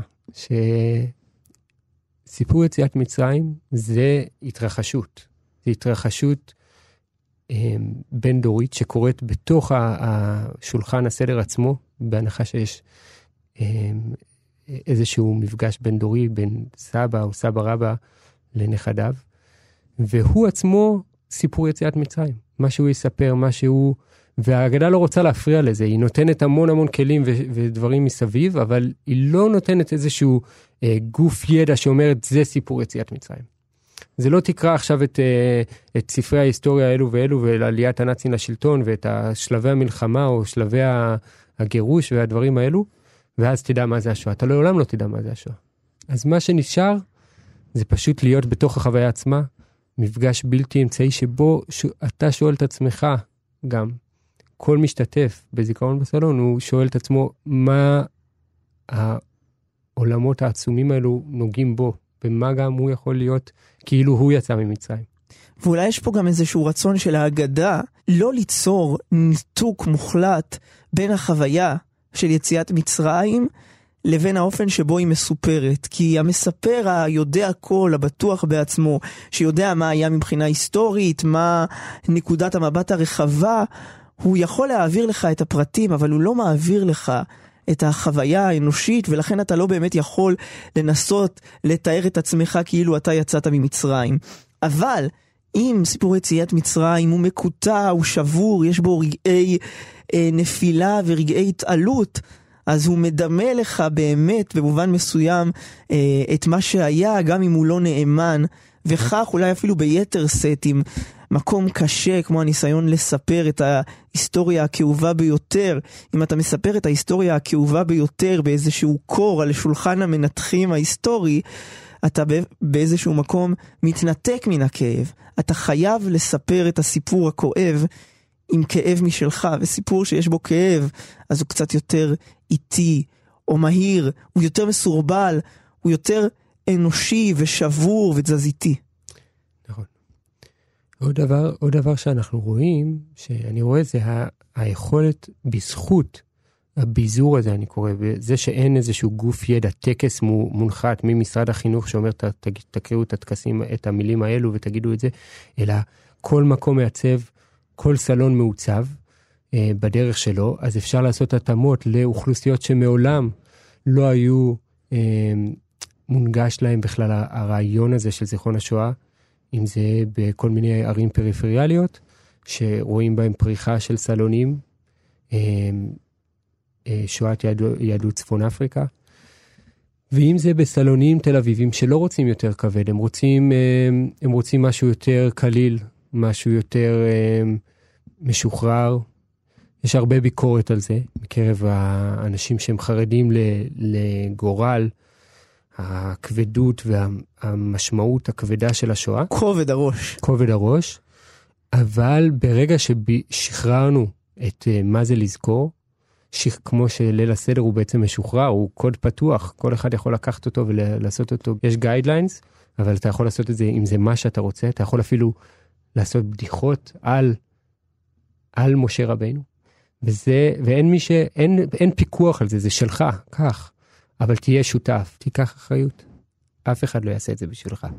Speaker 2: שסיפור יציאת מצרים זה התרחשות, זה התרחשות בין דורית שקורית בתוך השולחן הסדר עצמו, בהנחה שיש איזשהו מפגש בין דורי, בין סבא או סבא רבא לנכדיו, והוא עצמו סיפור יציאת מצרים, מה שהוא יספר, מה שהוא, והאגדה לא רוצה להפריע לזה, היא נותנת המון כלים ודברים מסביב, אבל היא לא נותנת איזשהו גוף ידע שאומרת זה סיפור יציאת מצרים. זה לא תקרא עכשיו את ספרי ההיסטוריה האלו ואלו, ועליית הנאצים לשלטון, ואת שלבי המלחמה או שלבי הגירוש והדברים האלו, ואז תדע מה זה השואה. אתה לעולם לא תדע מה זה השואה. אז מה שנשאר, זה פשוט להיות בתוך החוויה עצמה, מפגש בלתי אמצעי שבו אתה שואל את עצמך גם, כל משתתף בזיכרון בסלון, הוא שואל את עצמו מה העולמות העצומים האלו נוגעים בו, במה גם הוא יכול להיות כאילו הוא יצא ממצרים.
Speaker 1: ואולי יש פה גם איזשהו רצון של האגדה לא ליצור ניתוק מוחלט בין החוויה של יציאת מצרים לבין האופן שבו היא מסופרת. כי המספר היודע הכל, הבטוח בעצמו, שיודע מה היה מבחינה היסטורית, מה נקודת המבט הרחבה, הוא יכול להעביר לך את הפרטים, אבל הוא לא מעביר לך את החוויה האנושית, ולכן אתה לא באמת יכול לנסות לתאר את עצמך כאילו אתה יצאת ממצרים. אבל אם סיפור יציאת מצרים הוא מקוטע, הוא שבור, יש בו רגעי נפילה ורגעי התעלות, אז הוא מדמה לך באמת במובן מסוים את מה שהיה, גם אם הוא לא נאמן, וכך אולי אפילו ביתר סטים, מקום קשה כמו הניסיון לספר את ההיסטוריה הכאובה ביותר. אם אתה מספר את ההיסטוריה הכאובה ביותר באיזשהו קור על שולחן המנתחים ההיסטורי, אתה באיזשהו מקום מתנתק מן הכאב. אתה חייב לספר את הסיפור הכואב עם כאב משלך, וסיפור שיש בו כאב, אז הוא קצת יותר איטי או מהיר, הוא יותר מסורבל, הוא יותר אנושי ושבור ותזזיתי.
Speaker 2: נכון. עוד דבר שאנחנו רואים, שאני רואה זה היכולת בזכות הביזור הזה, אני קורא, וזה שאין איזשהו גוף ידע, טקס מונחת ממשרד החינוך שאומר, תקראו את הטקסים, את המילים האלו ותגידו את זה, אלא כל מקום מעצב, כל סלון מעוצב בדרך שלו, אז אפשר לעשות התאמות לאוכלוסיות שמעולם לא היו מונגש להם בכלל הרעיון הזה של זיכרון השואה, אם זה בכל מיני ערים פריפריאליות, שרואים בהם פריחה של סלונים, שואת יהדות צפון אפריקה, ואם זה בסלונים תל אביבים שלא רוצים יותר כבד, הם רוצים משהו יותר קליל, משהו יותר משוחרר. יש הרבה ביקורת על זה, בקרב האנשים שהם חרדים לגורל, הכבדות והמשמעות הכבדה של השואה. כובד הראש. אבל ברגע ששחררנו את מה זה לזכור, כמו שליל הסדר הוא בעצם משוחרר, הוא קוד פתוח, כל אחד יכול לקחת אותו ולעשות אותו. יש גיידליינס, אבל אתה יכול לעשות את זה אם זה מה שאתה רוצה, אתה יכול אפילו לעשות בדיחות על משה רבינו, ואין פיקוח על זה, זה שלך, כך, אבל תהיה שותף, תיקח אחריות, אף אחד לא יעשה את זה בשבילך.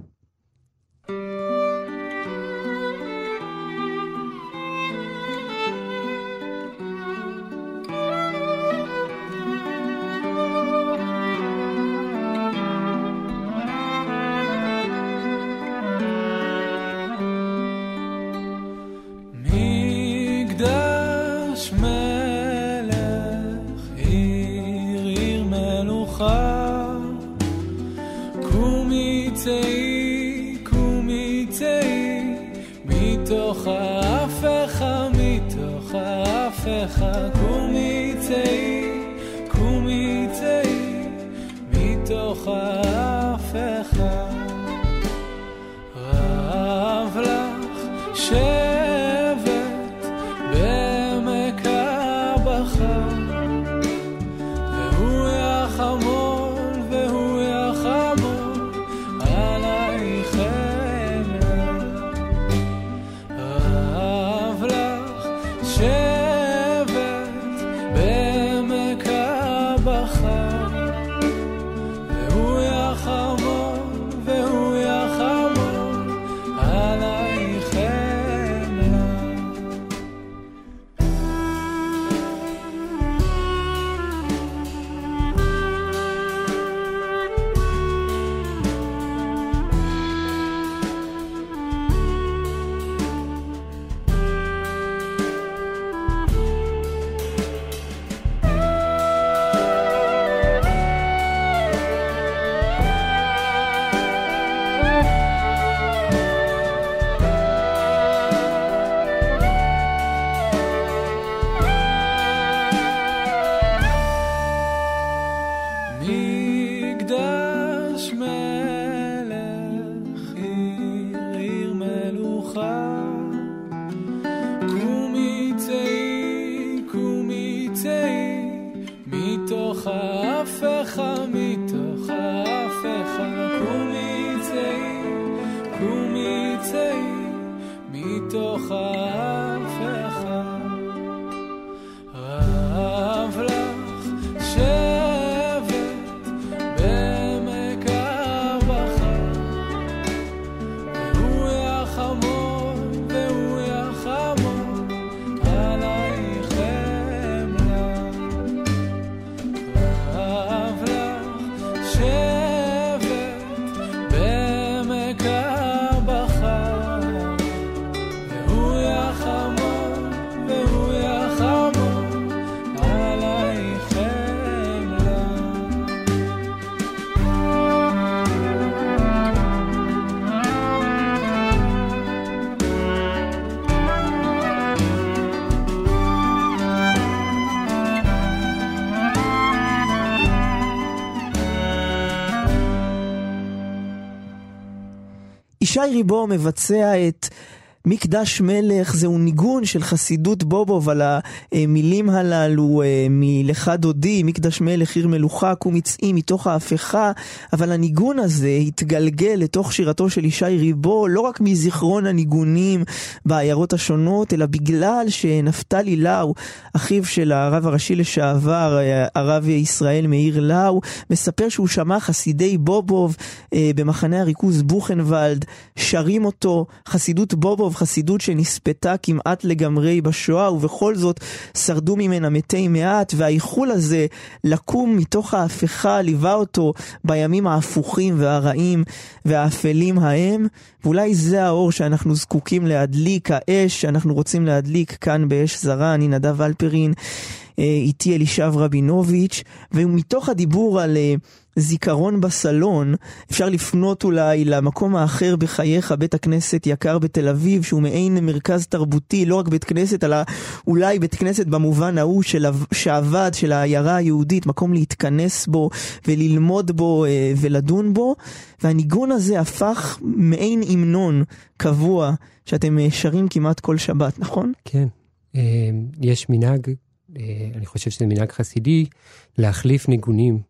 Speaker 1: ישי ריבו מבצע את מקדש מלך זהו ניגון של חסידות בובוב על המילים הללו מלכה דודי, מקדש מלך עיר מלוכה קום יצאי מתוך ההפכה, אבל הניגון הזה התגלגל לתוך שירתו של ישי ריבו לא רק מזיכרון הניגונים בעיירות השונות, אלא בגלל שנפתלי לאו, אחיו של הרב הראשי לשעבר, הרב ישראל מאיר לאו, מספר שהוא שמע חסידי בובוב במחנה הריכוז בוכנוולד, שרים אותו, חסידות בובוב, חסידות שנספתה כמעט לגמרי בשואה, ובכל זאת שרדו ממנה מתי מעט, והאיחול הזה לקום מתוך ההפכה ליווה אותו בימים ההפוכים והרעים והאפלים ההם, ואולי זה האור שאנחנו זקוקים להדליק, האש שאנחנו רוצים להדליק כאן באש זרה. אני נדב אלפרין, איתי אלישב רבינוביץ', ומתוך הדיבור על זיכרון בסלון, אפשר לפנות אולי למקום האחר בחייך, בית הכנסת יקר בתל אביב, שהוא מעין מרכז תרבותי, לא רק בית כנסת, אלא אולי בית כנסת במובן ההוא שעבד, של העיירה היהודית, מקום להתכנס בו וללמוד בו ולדון בו, והניגון הזה הפך מעין המנון קבוע, שאתם שרים כמעט כל שבת, נכון?
Speaker 2: כן, יש מנהג, אני חושב שזה מנהג חסידי, להחליף ניגונים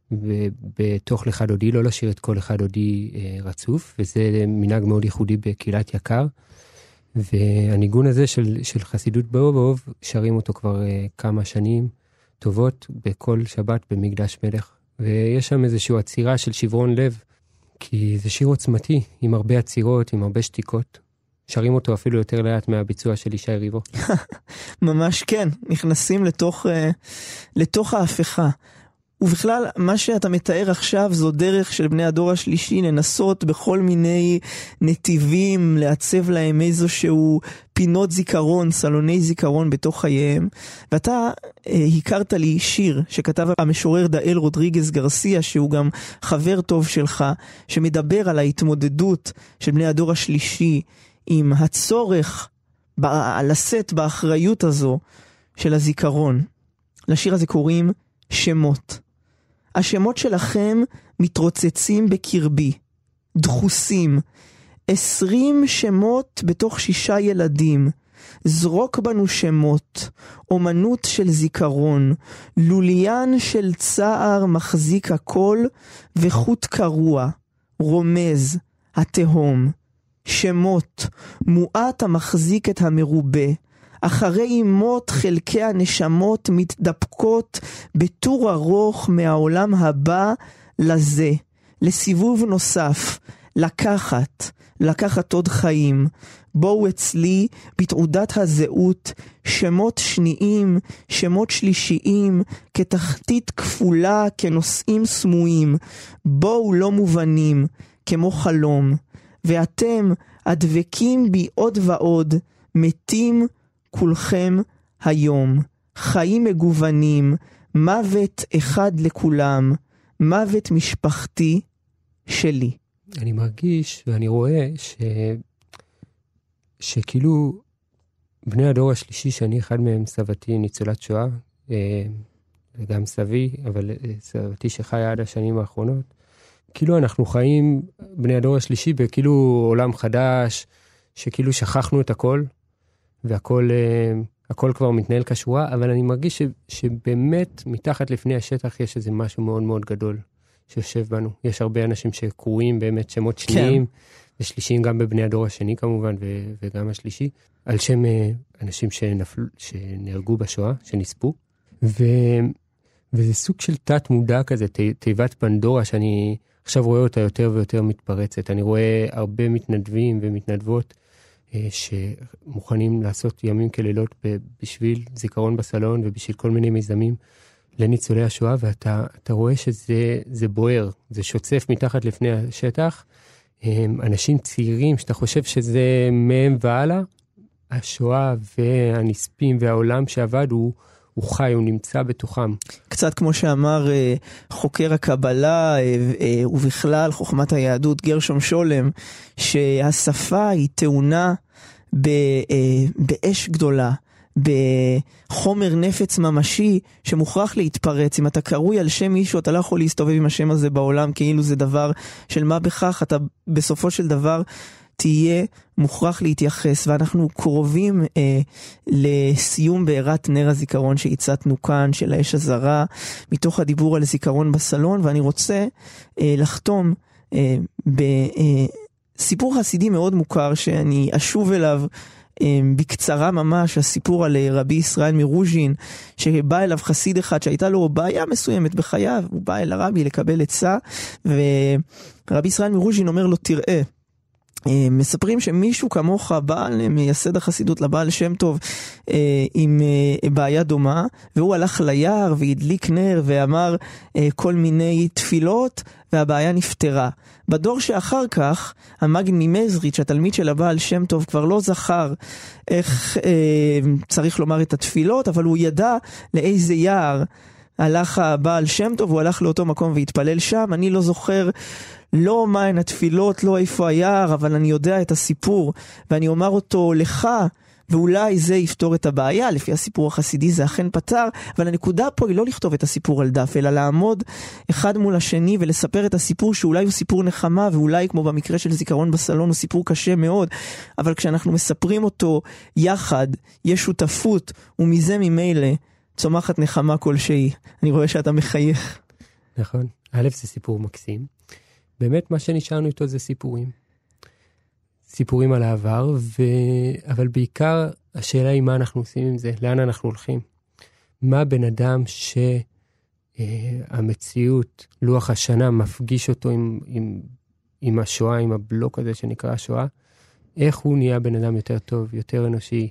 Speaker 2: בתוך לך דודי, לא לשיר את כל לך דודי רצוף, וזה מנהג מאוד ייחודי בקהילת יקר, והניגון הזה של חסידות בובוב, שרים אותו כבר כמה שנים טובות, בכל שבת במקדש מלך, ויש שם איזושהי עצירה של שברון לב, כי זה שיר עוצמתי, עם הרבה עצירות, עם הרבה שתיקות, שרים אותו אפילו יותר לאט מהביצוע של ישי ריבו.
Speaker 1: ממש כן, נכנסים לתוך ההפכה. ובכלל, מה שאתה מתאר עכשיו זו דרך של בני הדור השלישי לנסות בכל מיני נתיבים, לעצב להם איזשהו פינות זיכרון, סלוני זיכרון בתוך חייהם. ואתה הכרת לי שיר שכתב המשורר דאל רודריגז גרסיה, שהוא גם חבר טוב שלך, שמדבר על ההתמודדות של בני הדור השלישי עם הצורך לשאת באחריות הזו של הזיכרון. לשיר הזה קוראים שמות. השמות שלכם מתרוצצים בקרבי, דחוסים, 20 שמות בתוך 6 ילדים, זרוק בנו שמות, אומנות של זיכרון, לוליין של צער מחזיק הכל, וחוט קרוע, רומז, התהום, שמות, מועט המחזיק את המרובה, אחרי מות חלקי הנשמות מתדפקות בטור ארוך מהעולם הבא לזה, לסיבוב נוסף, לקחת עוד חיים. בואו אצלי בתעודת הזהות, שמות שניים, שמות שלישיים, כתחתית כפולה, כנושאים סמויים. בואו לא מובנים, כמו חלום. ואתם הדבקים בי עוד ועוד, מתים כולכם היום, חיים מגוונים, מוות אחד לכולם, מוות משפחתי שלי.
Speaker 2: אני מרגיש ואני רואה שכאילו בני הדור השלישי, שאני אחד מהם, סבתי ניצולת שואה, וגם סבי, אבל סבתי שחיה עד השנים האחרונות, כאילו אנחנו חיים בני הדור השלישי בכאילו עולם חדש, שכאילו שכחנו את הכל, והכל כבר מתנהל כשורה, אבל אני מרגיש שבאמת מתחת לפני השטח יש איזה משהו מאוד מאוד גדול שיושב בנו. יש הרבה אנשים שקרויים באמת שמות שניים, כן. ושלישיים גם בבני הדור השני כמובן, וגם השלישי, על שם אנשים שנהרגו בשואה, שנספו, וזה סוג של תת מודע כזה, תיבת פנדורה, שאני עכשיו רואה אותה יותר ויותר מתפרצת. אני רואה הרבה מתנדבים ומתנדבות, שמוכנים לעשות ימים כלילות בשביל זיכרון בסלון ובשביל כל מיני מיזמים לניצולי השואה, ואתה רואה שזה בוער, זה שוצף מתחת לפני השטח, אנשים צעירים שאתה חושב שזה מהם והלאה, השואה והנספים והעולם שעבד הוא חי, הוא נמצא בתוכם.
Speaker 1: קצת כמו שאמר חוקר הקבלה ובכלל חוכמת היהדות גרשום שולם, שהשפה היא טעונה באש גדולה, בחומר נפץ ממשי שמוכרח להתפרץ. אם אתה קרוי על שם מישהו, אתה לא יכול להסתובב עם השם הזה בעולם כאילו זה דבר של מה בכך. אתה בסופו של דבר תהיה, מוכרח להתייחס, ואנחנו קרובים לסיום בעירת נר הזיכרון שהצעתנו כאן, של האש הזרה, מתוך הדיבור על זיכרון בסלון, ואני רוצה לחתום בסיפור חסידי מאוד מוכר, שאני אשוב אליו בקצרה ממש, הסיפור על רבי ישראל מרוז'ין, שבא אליו חסיד אחד שהייתה לו בעיה מסוימת בחייו, הוא בא אל הרבי לקבל עצה, ורבי ישראל מרוז'ין אומר לו, תראה, מספרים שמישהו כמוך בעל מייסד החסידות לבעל שם טוב עם בעיה דומה, והוא הלך ליער והדליק נר ואמר כל מיני תפילות, והבעיה נפטרה. בדור שאחר כך, המגן ממזריץ', התלמיד של הבעל שם טוב, כבר לא זכר איך צריך לומר את התפילות, אבל הוא ידע לאיזה יער הלך הבעל שם טוב, הוא הלך לאותו מקום והתפלל שם. אני לא זוכר לא מהן התפילות, לא איפה היער, אבל אני יודע את הסיפור, ואני אומר אותו לך, ואולי זה יפתור את הבעיה. לפי הסיפור החסידי זה אכן פתר, אבל הנקודה פה היא לא לכתוב את הסיפור על דף, אלא לעמוד אחד מול השני ולספר את הסיפור שאולי הוא סיפור נחמה, ואולי כמו במקרה של זיכרון בסלון הוא סיפור קשה מאוד, אבל כשאנחנו מספרים אותו יחד, יש שותפות, ומזה ממילא צומחת נחמה כלשהי. אני רואה שאתה מחייך.
Speaker 2: נכון, א' זה סיפור מקסים. באמת מה שנשארנו איתו זה סיפורים על העבר, אבל בעיקר השאלה היא מה אנחנו עושים עם זה, לאן אנחנו הולכים. מה בן אדם שהמציאות, לוח השנה, מפגיש אותו עם השואה, עם הבלוק הזה שנקרא השואה, איך הוא נהיה בן אדם יותר טוב, יותר אנושי,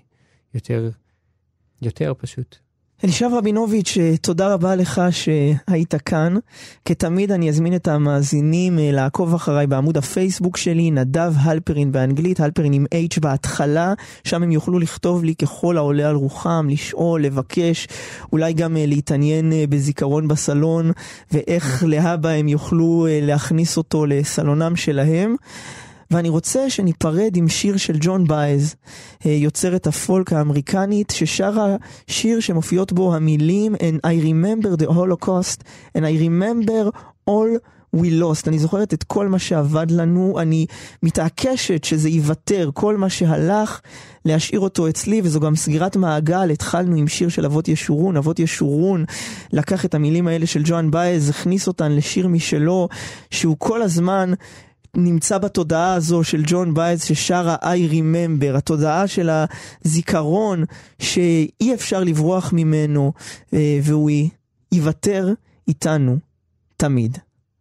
Speaker 2: יותר פשוט.
Speaker 1: אלישב רבינוביץ', תודה רבה לך שהיית כאן. כתמיד אני אזמין את המאזינים לעקוב אחריי בעמוד הפייסבוק שלי, נדב הלפרין באנגלית, הלפרין עם H בהתחלה, שם הם יוכלו לכתוב לי ככל העולה על רוחם, לשאול, לבקש, אולי גם להתעניין בזיכרון בסלון, ואיך להבא הם יוכלו להכניס אותו לסלונם שלהם. ואני רוצה שניפרד עם שיר של ג'ון בייז, יוצרת הפולק האמריקנית, ששרה שיר שמופיעות בו המילים And I remember the Holocaust, and I remember all we lost. אני זוכרת את כל מה שעבד לנו, אני מתעקשת שזה ייוותר, כל מה שהלך, להשאיר אותו אצלי, וזו גם סגירת מעגל. התחלנו עם שיר של אבות ישורון, אבות ישורון לקח את המילים האלה של ג'ון בייז, הכניס אותן לשיר משלו, שהוא כל הזמן נמצא בתודעה הזו של ג'ון בייז ששרה I remember, התודעה של הזיכרון שאי אפשר לברוח ממנו, והוא ייוותר איתנו תמיד.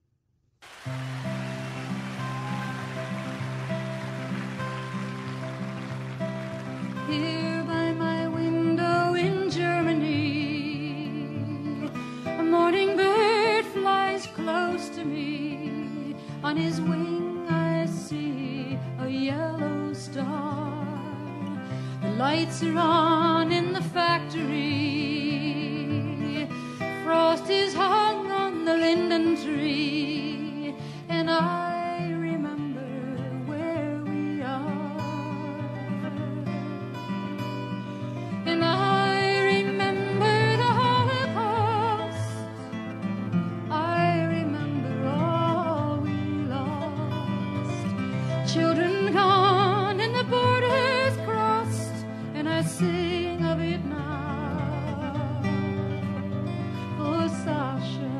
Speaker 4: Here by my window in Germany, a morning bird flies close to me. On his wing I see a yellow star. The lights are on in the factory. Frost is hung on the linden tree. And I remember where we are. And I remember the Holocaust. I remember all we lost. Children gone and the borders crossed, and I sing of it now. Oh, Sasha.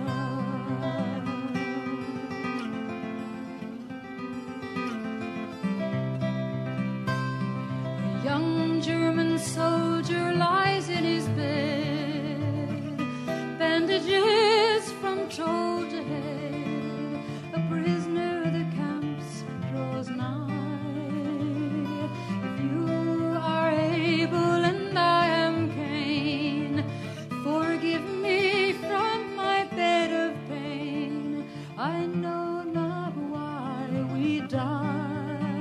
Speaker 4: A young German soldier lies in his bed, bandages from toe to head, a prisoner the camps draws nigh. If you are able and I am Cain, forgive me from my bed of pain. I know not why we die.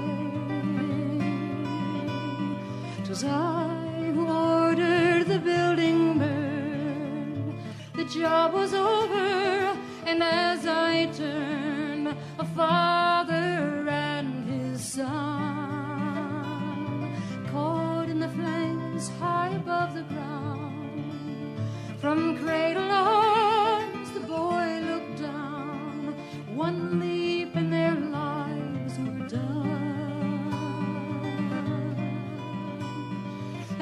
Speaker 4: 'Twas I who ordered the building burn. The job was over, and as I turned, a father and his son, caught in the flames high above the ground. From cradle arms the boy looked down, one leap and their lives were done.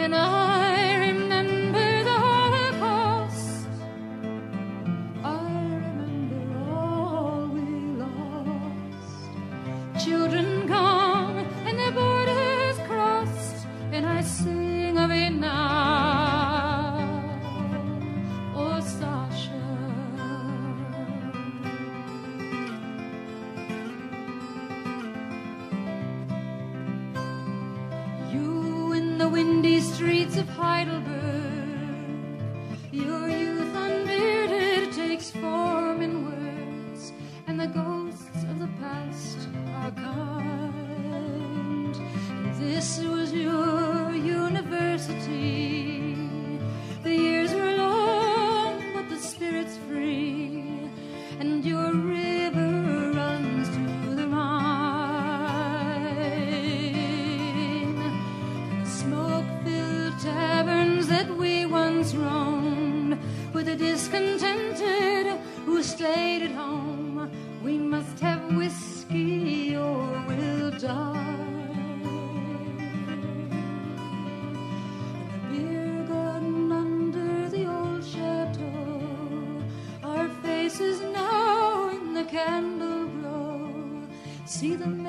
Speaker 4: and I remember the Holocaust. I remember all we lost. Children gone and their borders crossed, and I sing of it now. Oh, Sasha. You in the windy streets of Heidelberg, your youth unbearded takes form in words, and the ghosts of the past are kind. And this was your university. The years were long, but the spirit's free, and your river runs to the Rhine. The smoke-filled taverns that we once roamed with the discontented who stayed at home. We must have whiskey or we'll die. In the beer garden under the old chateau, our faces now in the candle glow. See them